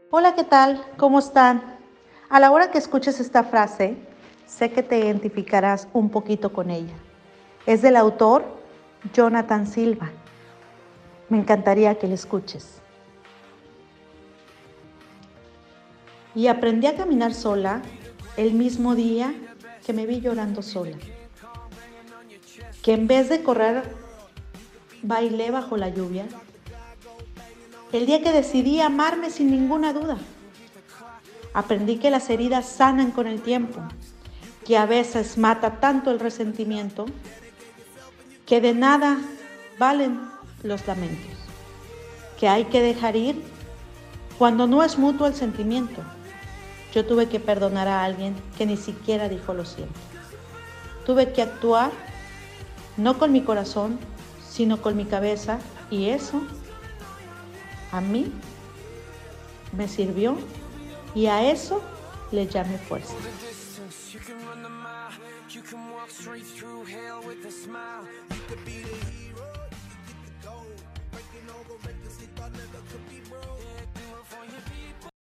Hola, ¿qué tal? ¿Cómo están? A la hora que escuches esta frase, sé que te identificarás un poquito con ella. Es del autor Jonathan Silva. Me encantaría que la escuches. Y aprendí a caminar sola el mismo día que me vi llorando sola. Que en vez de correr, bailé bajo la lluvia. El día que decidí amarme sin ninguna duda. Aprendí que las heridas sanan con el tiempo, que a veces mata tanto el resentimiento, que de nada valen los lamentos, que hay que dejar ir cuando no es mutuo el sentimiento. Yo tuve que perdonar a alguien que ni siquiera dijo lo siento. Tuve que actuar no con mi corazón, sino con mi cabeza, y eso a mí me sirvió y a eso le llamé fuerza. You can run the mile, you can walk straight through hell with a smile. You could be the hero.